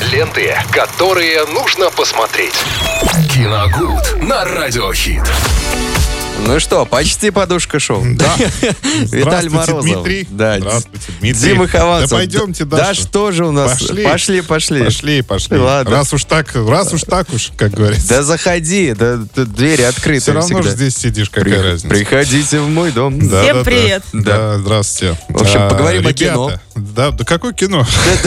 Ленты, которые нужно посмотреть. Киногуд на Радиохит. Ну что, почти подушка шоу. Да. Виталий Морозов. Дмитрий. Да. Здравствуйте, Дмитрий. Дима Хованцев. Да пойдемте Да дальше. что же у нас? Пошли. Пошли. Ладно. Раз уж так уж, как говорится. Да заходи, да двери открыты Все равно всегда. же здесь сидишь, какая разница. Приходите в мой дом. Да, Всем да, привет. Да, здравствуйте. В общем, поговорим о ребята, кино. Да какое кино?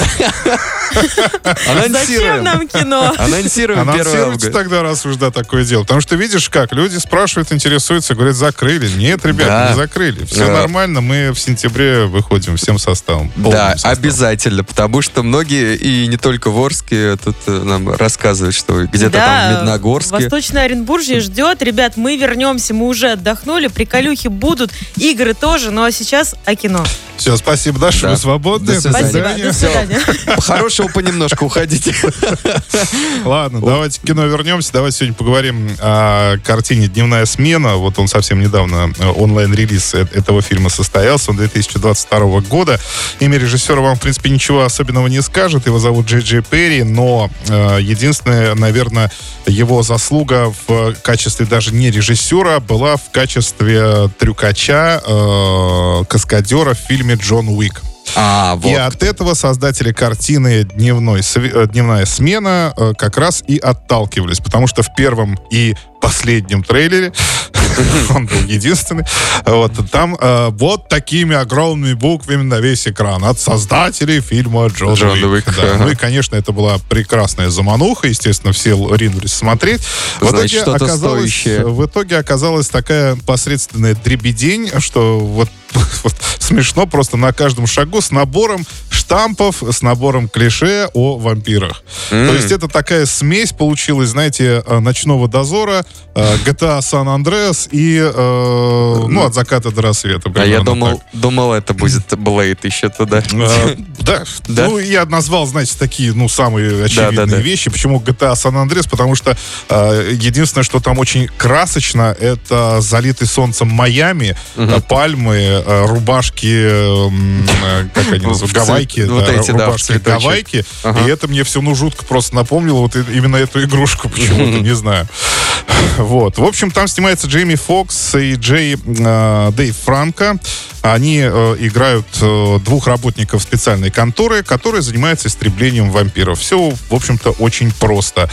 Зачем нам кино? Анонсируем 1 Анонсируйте августа. тогда, раз уж такое дело. Потому что видишь как, люди спрашивают, интересуются, говорят, закрыли. Нет, ребят, Да. не закрыли. Все Да. нормально, мы в сентябре выходим всем составом. Да, полным составом. обязательно, потому что многие, и не только в Орске, тут нам рассказывают, что где-то там в Медногорске. Восточное Оренбуржье ждет. Ребят, мы вернемся, мы уже отдохнули, приколюхи будут, игры тоже, ну а сейчас о кино. Все, спасибо, Даша, Да. вы свободны. До свидания. Спасибо, до свидания. Хорошего понемножку уходите. Ладно, давайте к кино вернемся. Давайте сегодня поговорим о картине «Дневная смена». Вот он совсем недавно, онлайн-релиз этого фильма состоялся. Он 2022 года. Имя режиссера вам, в принципе, ничего особенного не скажет. Его зовут Джей Перри, но единственная, наверное, его заслуга в качестве даже не режиссера была в качестве трюкача, каскадера в фильме «Джон Уик». Вот. И от этого создатели картины «Дневная смена» как раз и отталкивались, потому что в первом и последнем трейлере, он был единственный, там вот такими огромными буквами на весь экран от создателей фильма «Джон Уик». Да. Ну и, конечно, это была прекрасная замануха, естественно, все ринулись смотреть. Значит, что-то стоящее. В итоге оказалась такая посредственная дребедень, что вот смешно просто на каждом шагу с набором штампов, с набором клише о вампирах. То есть это такая смесь получилась, знаете, «Ночного дозора», GTA San Andreas и «От заката до рассвета». А я думал, это будет Блейд еще туда. Да. Ну, я назвал, знаете, такие, самые очевидные вещи. Почему GTA San Andreas? Потому что единственное, что там очень красочно, это залитый солнцем Майами, пальмы, рубашки, как они называются, гавайки, рубашки гавайки. И это мне все, жутко просто напомнило вот именно эту игрушку почему-то, не знаю. Вот. В общем, там снимается Джейми Фокс и Дэйв Франко. Они играют двух работников специальной конторы, которые занимаются истреблением вампиров. Все, в общем-то, очень просто.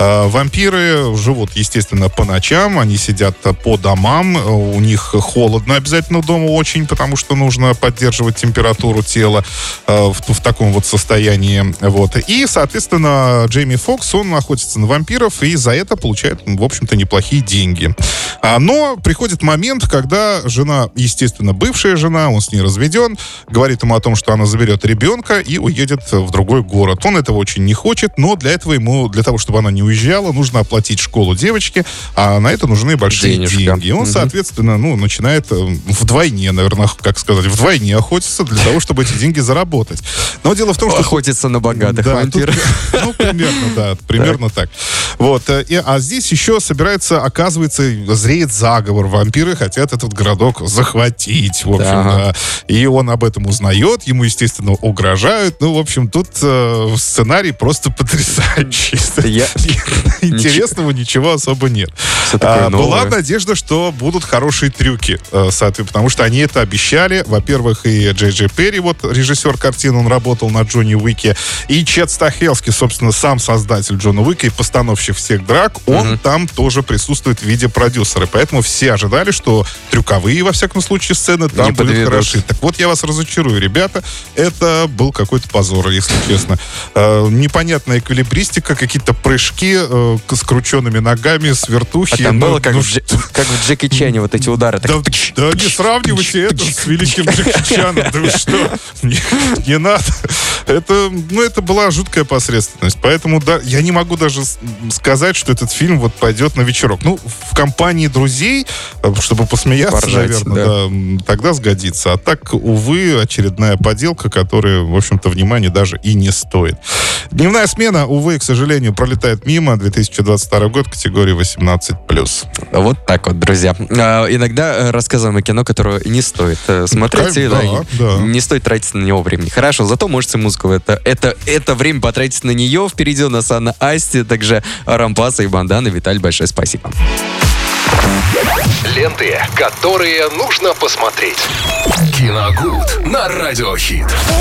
Вампиры живут, естественно, по ночам. Они сидят по домам. У них холодно обязательно дома очень, потому что нужно поддерживать температуру тела в таком вот состоянии. Вот. И, соответственно, Джейми Фокс, он охотится на вампиров и за это получает, в общем-то, неплохие деньги. Но приходит момент, когда жена, естественно, бывшая жена, он с ней разведен, говорит ему о том, что она заберет ребенка и уедет в другой город. Он этого очень не хочет, но для этого для того, чтобы она не уезжала, нужно оплатить школу девочки, а на это нужны большие деньги. И он, соответственно, начинает вдвойне, наверное, вдвойне охотиться для того, чтобы эти деньги заработать. Но дело в том, что... Охотиться на богатых вампиров. Примерно так. Вот. А здесь еще оказывается, зреет заговор. Вампиры хотят этот городок захватить, в общем, да. И он об этом узнает, ему, естественно, угрожают. В общем, тут сценарий просто потрясающий. Интересного ничего особо нет. Была надежда, что будут хорошие трюки, потому что они это обещали. Во-первых, и Джей Перри, вот режиссер картины, он работал на Джонни Уике, и Чет Стахелский, собственно, сам создатель Джона Уика и постановщик всех драк, он там тоже присутствует в виде продюсера. Поэтому все ожидали, что трюковые, во всяком случае, сцены там будут хороши. Так вот, я вас разочарую, ребята. Это был какой-то позор, если честно. Непонятная эквилибристика, какие-то прыжки с крученными ногами, с вертухи. А там было как в Джеки Чане, вот эти удары. Да не сравнивайте это с великим Джеки Чаном. Да вы что? Не надо. Это была жуткая посредственность. Поэтому я не могу даже сказать, что этот фильм вот пойдет на вечерок. В компании друзей, чтобы посмеяться, поржать, наверное, тогда сгодится. А так, увы, очередная поделка, которая, в общем-то, внимания даже и не стоит. «Дневная смена», увы, к сожалению, пролетает мимо. 2022 год, категория 18+. Вот так вот, друзья. Иногда рассказываем о кино, которое не стоит смотреть. Не стоит тратить на него времени. Хорошо, зато можете музыку. Это время потратить на нее. Впереди у нас Анна Асти, также Рампаса и Бандана. Виталий, большое спасибо. Ленты, которые нужно посмотреть. Киногуд на Радиохит.